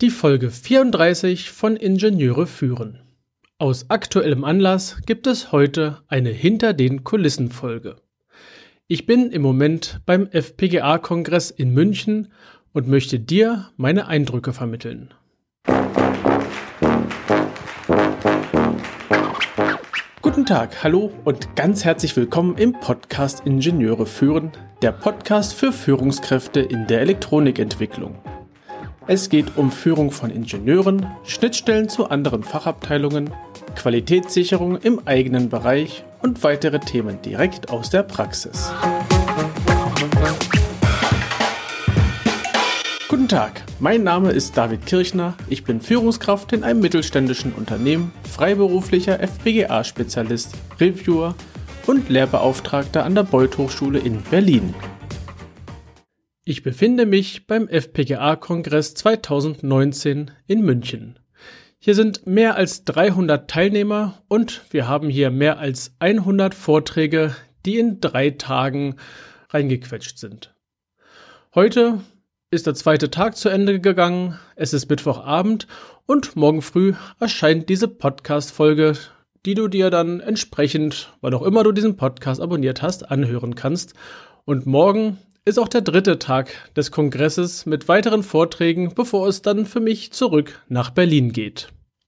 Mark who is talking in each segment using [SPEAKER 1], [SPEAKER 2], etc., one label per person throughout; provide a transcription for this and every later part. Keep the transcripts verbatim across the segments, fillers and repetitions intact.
[SPEAKER 1] Die Folge vierunddreißig von Ingenieure führen. Aus aktuellem Anlass gibt es heute eine Hinter-den-Kulissen-Folge. Ich bin im Moment beim F P G A-Kongress in München und möchte dir meine Eindrücke vermitteln. Guten Tag, hallo und ganz herzlich willkommen im Podcast Ingenieure führen, der Podcast für Führungskräfte in der Elektronikentwicklung. Es geht um Führung von Ingenieuren, Schnittstellen zu anderen Fachabteilungen, Qualitätssicherung im eigenen Bereich und weitere Themen direkt aus der Praxis. Guten Tag, mein Name ist David Kirchner, ich bin Führungskraft in einem mittelständischen Unternehmen, freiberuflicher F P G A-Spezialist, Reviewer und Lehrbeauftragter an der Beuth Hochschule in Berlin. Ich befinde mich beim F P G A-Kongress zweitausendneunzehn in München. Hier sind mehr als dreihundert Teilnehmer und wir haben hier mehr als hundert Vorträge, die in drei Tagen reingequetscht sind. Heute ist der zweite Tag zu Ende gegangen, es ist Mittwochabend und morgen früh erscheint diese Podcast-Folge, die du dir dann entsprechend, wann auch immer du diesen Podcast abonniert hast, anhören kannst. Und morgen ist auch der dritte Tag des Kongresses mit weiteren Vorträgen, bevor es dann für mich zurück nach Berlin geht.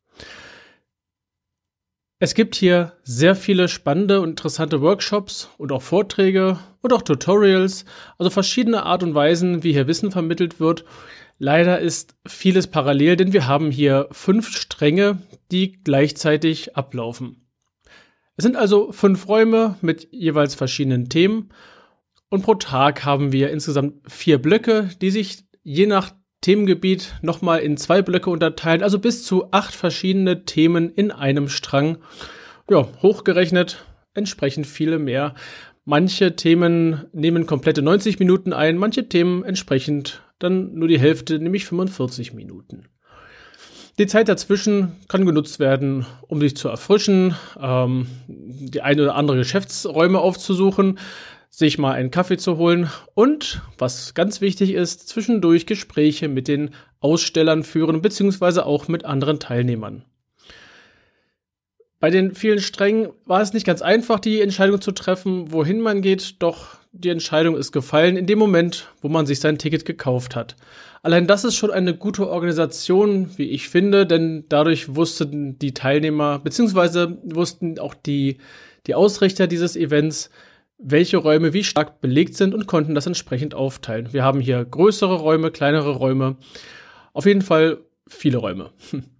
[SPEAKER 1] Es gibt hier sehr viele spannende und interessante Workshops und auch Vorträge und auch Tutorials, also verschiedene Art und Weisen, wie hier Wissen vermittelt wird. Leider ist vieles parallel, denn wir haben hier fünf Stränge, die gleichzeitig ablaufen. Es sind also fünf Räume mit jeweils verschiedenen Themen. Und pro Tag haben wir insgesamt vier Blöcke, die sich je nach Themengebiet nochmal in zwei Blöcke unterteilen, also bis zu acht verschiedene Themen in einem Strang. Ja, hochgerechnet entsprechend viele mehr. Manche Themen nehmen komplette neunzig Minuten ein, manche Themen entsprechend dann nur die Hälfte, nämlich fünfundvierzig Minuten. Die Zeit dazwischen kann genutzt werden, um sich zu erfrischen, ähm, die eine oder andere Geschäftsräume aufzusuchen, sich mal einen Kaffee zu holen und, was ganz wichtig ist, zwischendurch Gespräche mit den Ausstellern führen, beziehungsweise auch mit anderen Teilnehmern. Bei den vielen Strängen war es nicht ganz einfach, die Entscheidung zu treffen, wohin man geht, doch die Entscheidung ist gefallen in dem Moment, wo man sich sein Ticket gekauft hat. Allein das ist schon eine gute Organisation, wie ich finde, denn dadurch wussten die Teilnehmer, beziehungsweise wussten auch die, die Ausrichter dieses Events, welche Räume wie stark belegt sind und konnten das entsprechend aufteilen. Wir haben hier größere Räume, kleinere Räume, auf jeden Fall viele Räume.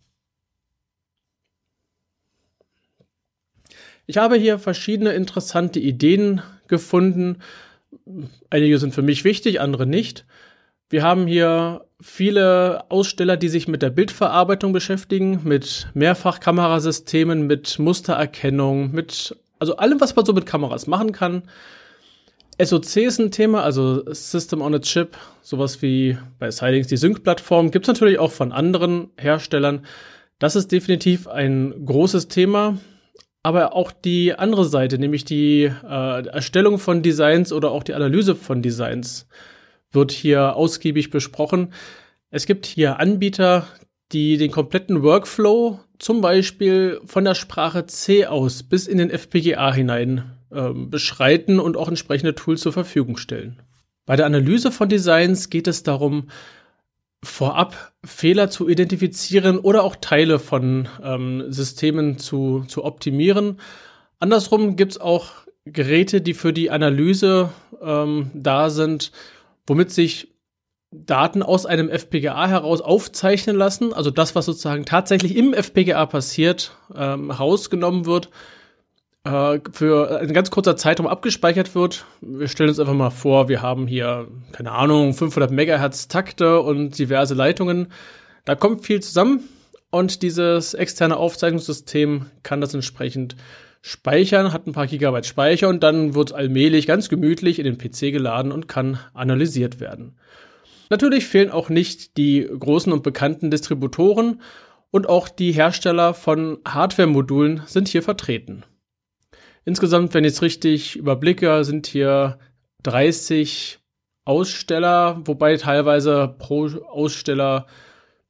[SPEAKER 1] Ich habe hier verschiedene interessante Ideen gefunden. Einige sind für mich wichtig, andere nicht. Wir haben hier viele Aussteller, die sich mit der Bildverarbeitung beschäftigen, mit Mehrfachkamerasystemen, mit Mustererkennung, mit also allem, was man so mit Kameras machen kann. S O C ist ein Thema, also System on a Chip, sowas wie bei Xilinx die Sync-Plattform, gibt es natürlich auch von anderen Herstellern. Das ist definitiv ein großes Thema, aber auch die andere Seite, nämlich die äh, Erstellung von Designs oder auch die Analyse von Designs, wird hier ausgiebig besprochen. Es gibt hier Anbieter, die den kompletten Workflow zum Beispiel von der Sprache C aus bis in den F P G A hinein äh, beschreiten und auch entsprechende Tools zur Verfügung stellen. Bei der Analyse von Designs geht es darum, vorab Fehler zu identifizieren oder auch Teile von ähm, Systemen zu, zu optimieren. Andersrum gibt es auch Geräte, die für die Analyse ähm, da sind, womit sich Daten aus einem F P G A heraus aufzeichnen lassen, also das, was sozusagen tatsächlich im F P G A passiert, ähm, rausgenommen wird, äh, für ein ganz kurzer Zeitraum abgespeichert wird. Wir stellen uns einfach mal vor, wir haben hier, keine Ahnung, fünfhundert Megahertz Takte und diverse Leitungen. Da kommt viel zusammen und dieses externe Aufzeichnungssystem kann das entsprechend speichern, hat ein paar Gigabyte Speicher und dann wird es allmählich ganz gemütlich in den P C geladen und kann analysiert werden. Natürlich fehlen auch nicht die großen und bekannten Distributoren und auch die Hersteller von Hardware-Modulen sind hier vertreten. Insgesamt, wenn ich es richtig überblicke, sind hier dreißig Aussteller, wobei teilweise pro Aussteller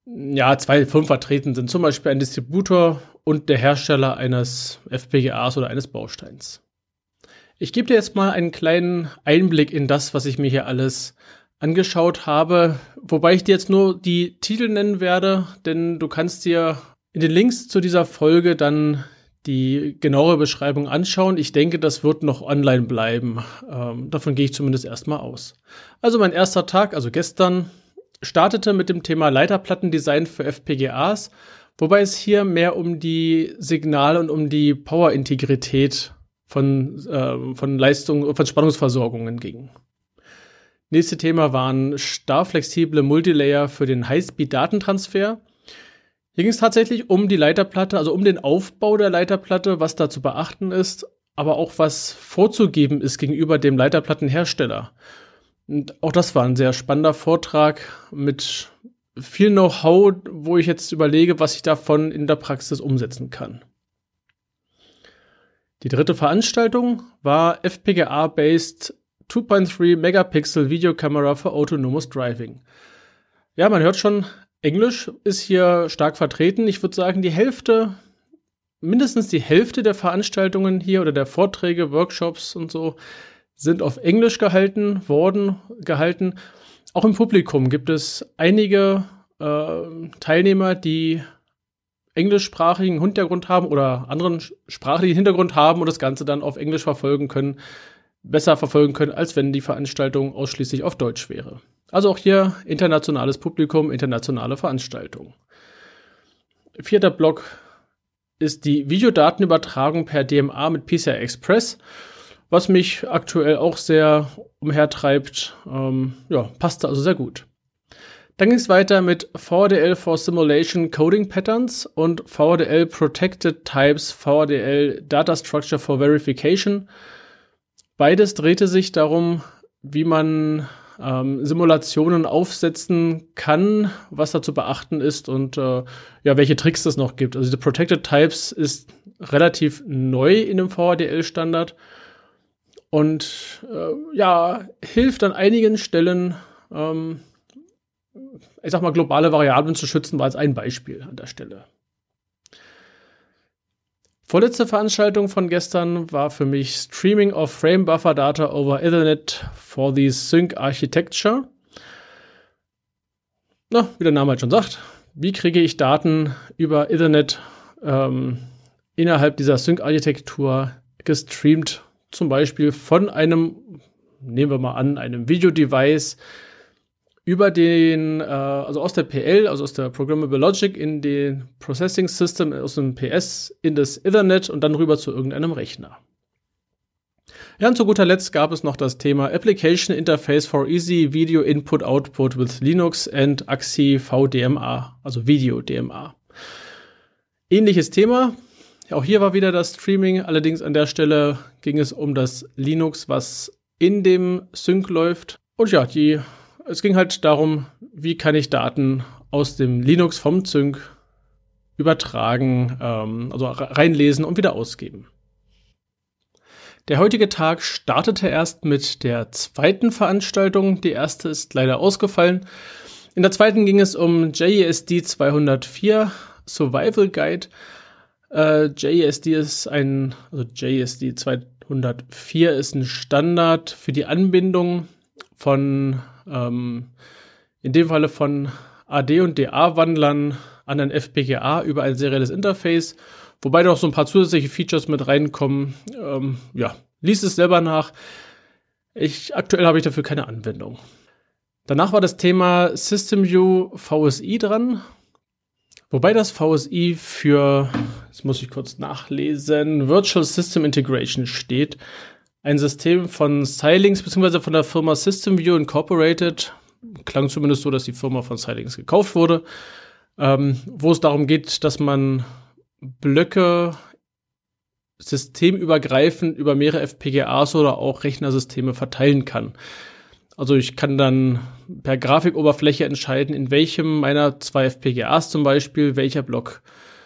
[SPEAKER 1] ja, zwei Firmen vertreten sind, zum Beispiel ein Distributor und der Hersteller eines F P G As oder eines Bausteins. Ich gebe dir jetzt mal einen kleinen Einblick in das, was ich mir hier alles angeschaut habe, wobei ich dir jetzt nur die Titel nennen werde, denn du kannst dir in den Links zu dieser Folge dann die genauere Beschreibung anschauen. Ich denke, das wird noch online bleiben. Ähm, davon gehe ich zumindest erstmal aus. Also mein erster Tag, also gestern, startete mit dem Thema Leiterplattendesign für F P G As, wobei es hier mehr um die Signal- und um die Power-Integrität von, äh, von Leistung, von Spannungsversorgungen ging. Nächste Thema waren starrflexible Multilayer für den Highspeed-Datentransfer. Hier ging es tatsächlich um die Leiterplatte, also um den Aufbau der Leiterplatte, was da zu beachten ist, aber auch was vorzugeben ist gegenüber dem Leiterplattenhersteller. Und auch das war ein sehr spannender Vortrag mit viel Know-how, wo ich jetzt überlege, was ich davon in der Praxis umsetzen kann. Die dritte Veranstaltung war F P G A-based zwei Komma drei Megapixel Videokamera für Autonomous Driving. Ja, man hört schon, Englisch ist hier stark vertreten. Ich würde sagen, die Hälfte, mindestens die Hälfte der Veranstaltungen hier oder der Vorträge, Workshops und so sind auf Englisch gehalten worden, gehalten. Auch im Publikum gibt es einige äh, Teilnehmer, die englischsprachigen Hintergrund haben oder anderen sprachlichen Hintergrund haben und das Ganze dann auf Englisch verfolgen können, besser verfolgen können, als wenn die Veranstaltung ausschließlich auf Deutsch wäre. Also auch hier internationales Publikum, internationale Veranstaltung. Vierter Block ist die Videodatenübertragung per D M A mit P C I Express, was mich aktuell auch sehr umhertreibt. Ähm, ja, passte also sehr gut. Dann ging es weiter mit V D L for Simulation Coding Patterns und V D L Protected Types, V D L Data Structure for Verification. Beides drehte sich darum, wie man ähm, Simulationen aufsetzen kann, was da zu beachten ist und äh, ja, welche Tricks es noch gibt. Also diese Protected Types ist relativ neu in dem V D L-Standard und äh, ja, hilft an einigen Stellen, ähm, ich sag mal, globale Variablen zu schützen, war als ein Beispiel an der Stelle. Vorletzte Veranstaltung von gestern war für mich Streaming of Frame Buffer Data over Ethernet for the Sync Architecture. Na, wie der Name halt schon sagt, wie kriege ich Daten über Ethernet ähm, innerhalb dieser Sync-Architektur gestreamt, zum Beispiel von einem, nehmen wir mal an, einem Video-Device über den, äh, also aus der P L, also aus der Programmable Logic in den Processing System, aus dem P S in das Ethernet und dann rüber zu irgendeinem Rechner. Ja, und zu guter Letzt gab es noch das Thema Application Interface for Easy Video Input Output with Linux and A X I V D M A, also Video D M A. Ähnliches Thema. Auch hier war wieder das Streaming, allerdings an der Stelle ging es um das Linux, was in dem Sync läuft. Und ja, die Es ging halt darum, wie kann ich Daten aus dem Linux vom Sync übertragen, ähm, also reinlesen und wieder ausgeben. Der heutige Tag startete erst mit der zweiten Veranstaltung. Die erste ist leider ausgefallen. In der zweiten ging es um J E S D zweihundertvier Survival Guide. Äh, J E S D ist ein, also J E S D zweihundertvier ist ein Standard für die Anbindung von Ähm, in dem Falle von A D und D A-Wandlern an ein F P G A über ein serielles Interface, wobei noch so ein paar zusätzliche Features mit reinkommen. Ähm, ja, liest es selber nach. Ich, aktuell habe ich dafür keine Anwendung. Danach war das Thema SystemView V S I dran, wobei das V S I für, jetzt muss ich kurz nachlesen, Virtual System Integration steht. Ein System von Xilinx bzw. von der Firma SystemView Incorporated, klang zumindest so, dass die Firma von Xilinx gekauft wurde, ähm, wo es darum geht, dass man Blöcke systemübergreifend über mehrere F P G As oder auch Rechnersysteme verteilen kann. Also ich kann dann per Grafikoberfläche entscheiden, in welchem meiner zwei F P G As zum Beispiel welcher Block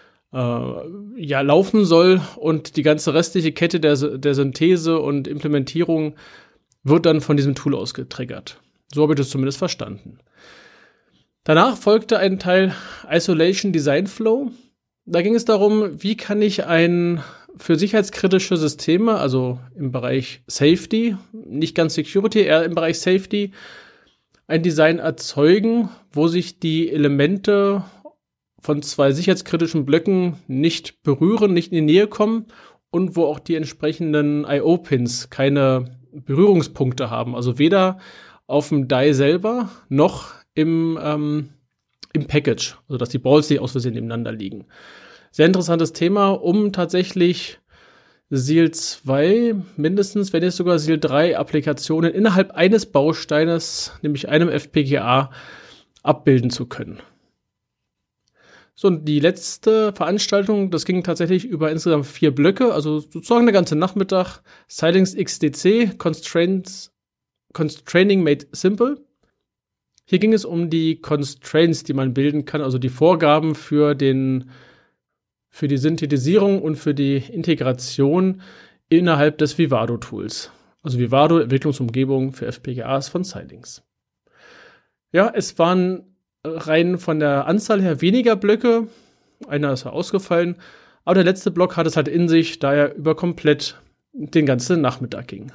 [SPEAKER 1] ja, laufen soll und die ganze restliche Kette der, der Synthese und Implementierung wird dann von diesem Tool aus getriggert. So habe ich das zumindest verstanden. Danach folgte ein Teil Isolation Design Flow. Da ging es darum, wie kann ich ein für sicherheitskritische Systeme, also im Bereich Safety, nicht ganz Security, eher im Bereich Safety, ein Design erzeugen, wo sich die Elemente von zwei sicherheitskritischen Blöcken nicht berühren, nicht in die Nähe kommen und wo auch die entsprechenden I O-Pins keine Berührungspunkte haben. Also weder auf dem D I selber noch im, ähm, im Package, also dass die Balls nicht aus Versehen nebeneinander liegen. Sehr interessantes Thema, um tatsächlich S E A L zwei, mindestens, wenn nicht sogar S E A L drei Applikationen innerhalb eines Bausteines, nämlich einem F P G A, abbilden zu können. So, und die letzte Veranstaltung, das ging tatsächlich über insgesamt vier Blöcke, also sozusagen der ganze Nachmittag. Xilinx X D C, Constraints, Constraining Made Simple. Hier ging es um die Constraints, die man bilden kann, also die Vorgaben für den für die Synthetisierung und für die Integration innerhalb des Vivado-Tools. Also Vivado, Entwicklungsumgebung für F P G As von Xilinx. Ja, es waren rein von der Anzahl her weniger Blöcke. Einer ist ja ausgefallen. Aber der letzte Block hat es halt in sich, da er über komplett den ganzen Nachmittag ging.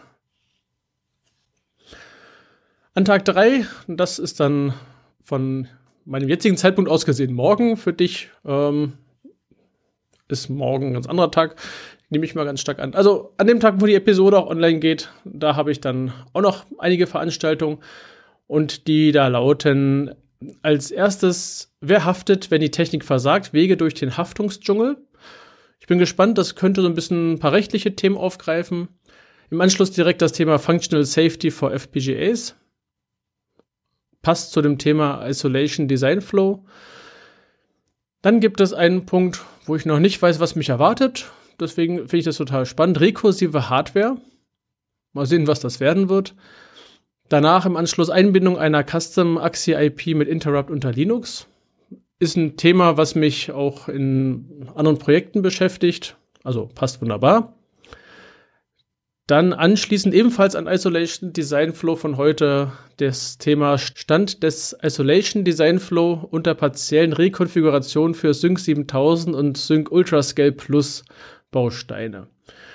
[SPEAKER 1] An Tag drei, das ist dann von meinem jetzigen Zeitpunkt aus gesehen morgen für dich, ähm, ist morgen ein ganz anderer Tag, nehme ich mal ganz stark an. Also an dem Tag, wo die Episode auch online geht, da habe ich dann auch noch einige Veranstaltungen und die da lauten als erstes, wer haftet, wenn die Technik versagt? Wege durch den Haftungsdschungel. Ich bin gespannt, das könnte so ein bisschen ein paar rechtliche Themen aufgreifen. Im Anschluss direkt das Thema Functional Safety for F P G As. Passt zu dem Thema Isolation Design Flow. Dann gibt es einen Punkt, wo ich noch nicht weiß, was mich erwartet. Deswegen finde ich das total spannend. Rekursive Hardware. Mal sehen, was das werden wird. Danach im Anschluss Einbindung einer Custom Axie I P mit Interrupt unter Linux. Ist ein Thema, was mich auch in anderen Projekten beschäftigt. Also passt wunderbar. Dann anschließend ebenfalls an Isolation Design Flow von heute das Thema Stand des Isolation Design Flow unter partiellen Rekonfiguration für Sync siebentausend und Sync Ultrascale Plus Bausteine.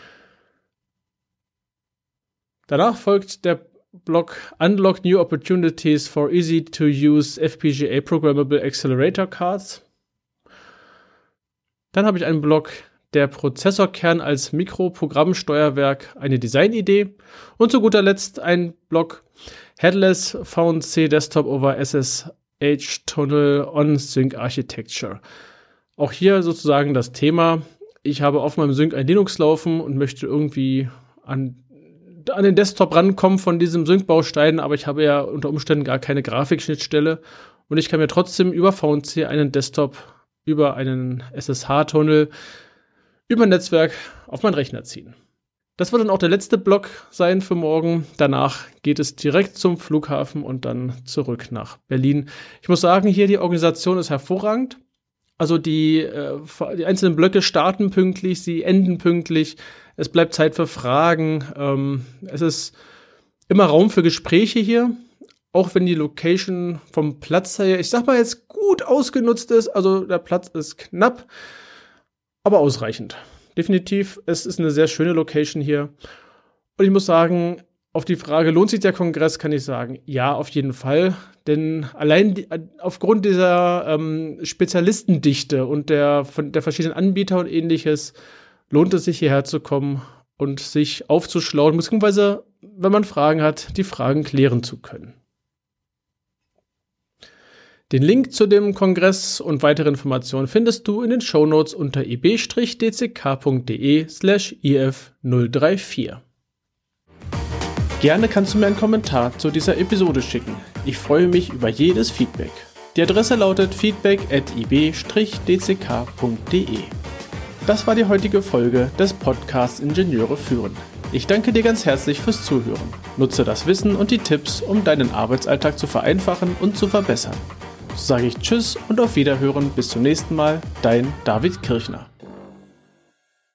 [SPEAKER 1] Danach folgt der Block Unlock New Opportunities for Easy to Use F P G A Programmable Accelerator Cards. Dann habe ich einen Block der Prozessorkern als Mikroprogrammsteuerwerk, eine Designidee. Und zu guter Letzt ein Block Headless V N C Desktop over S S H Tunnel on Sync Architecture. Auch hier sozusagen das Thema, ich habe auf meinem Sync ein Linux laufen und möchte irgendwie an, an den Desktop rankommen von diesem Sync-Baustein, aber ich habe ja unter Umständen gar keine Grafikschnittstelle und ich kann mir trotzdem über V N C einen Desktop über einen S S H-Tunnel über ein Netzwerk auf meinen Rechner ziehen. Das wird dann auch der letzte Block sein für morgen. Danach geht es direkt zum Flughafen und dann zurück nach Berlin. Ich muss sagen, hier die Organisation ist hervorragend. Also die, äh, die einzelnen Blöcke starten pünktlich, sie enden pünktlich. Es bleibt Zeit für Fragen. Ähm, es ist immer Raum für Gespräche hier. Auch wenn die Location vom Platz her, ich sag mal jetzt gut ausgenutzt ist. Also der Platz ist knapp, aber ausreichend. Definitiv, es ist eine sehr schöne Location hier. Und ich muss sagen, auf die Frage, lohnt sich der Kongress, kann ich sagen, ja, auf jeden Fall. Denn allein die, aufgrund dieser ähm, Spezialistendichte und der, von der verschiedenen Anbieter und ähnliches, lohnt es sich hierher zu kommen und sich aufzuschlauen, beziehungsweise, wenn man Fragen hat, die Fragen klären zu können. Den Link zu dem Kongress und weitere Informationen findest du in den Shownotes unter ib-dck.de slash if null drei vier. Gerne kannst du mir einen Kommentar zu dieser Episode schicken. Ich freue mich über jedes Feedback. Die Adresse lautet feedback at ib-dck.de. Das war die heutige Folge des Podcasts Ingenieure führen. Ich danke dir ganz herzlich fürs Zuhören. Nutze das Wissen und die Tipps, um deinen Arbeitsalltag zu vereinfachen und zu verbessern. So sage ich Tschüss und auf Wiederhören bis zum nächsten Mal, dein David Kirchner.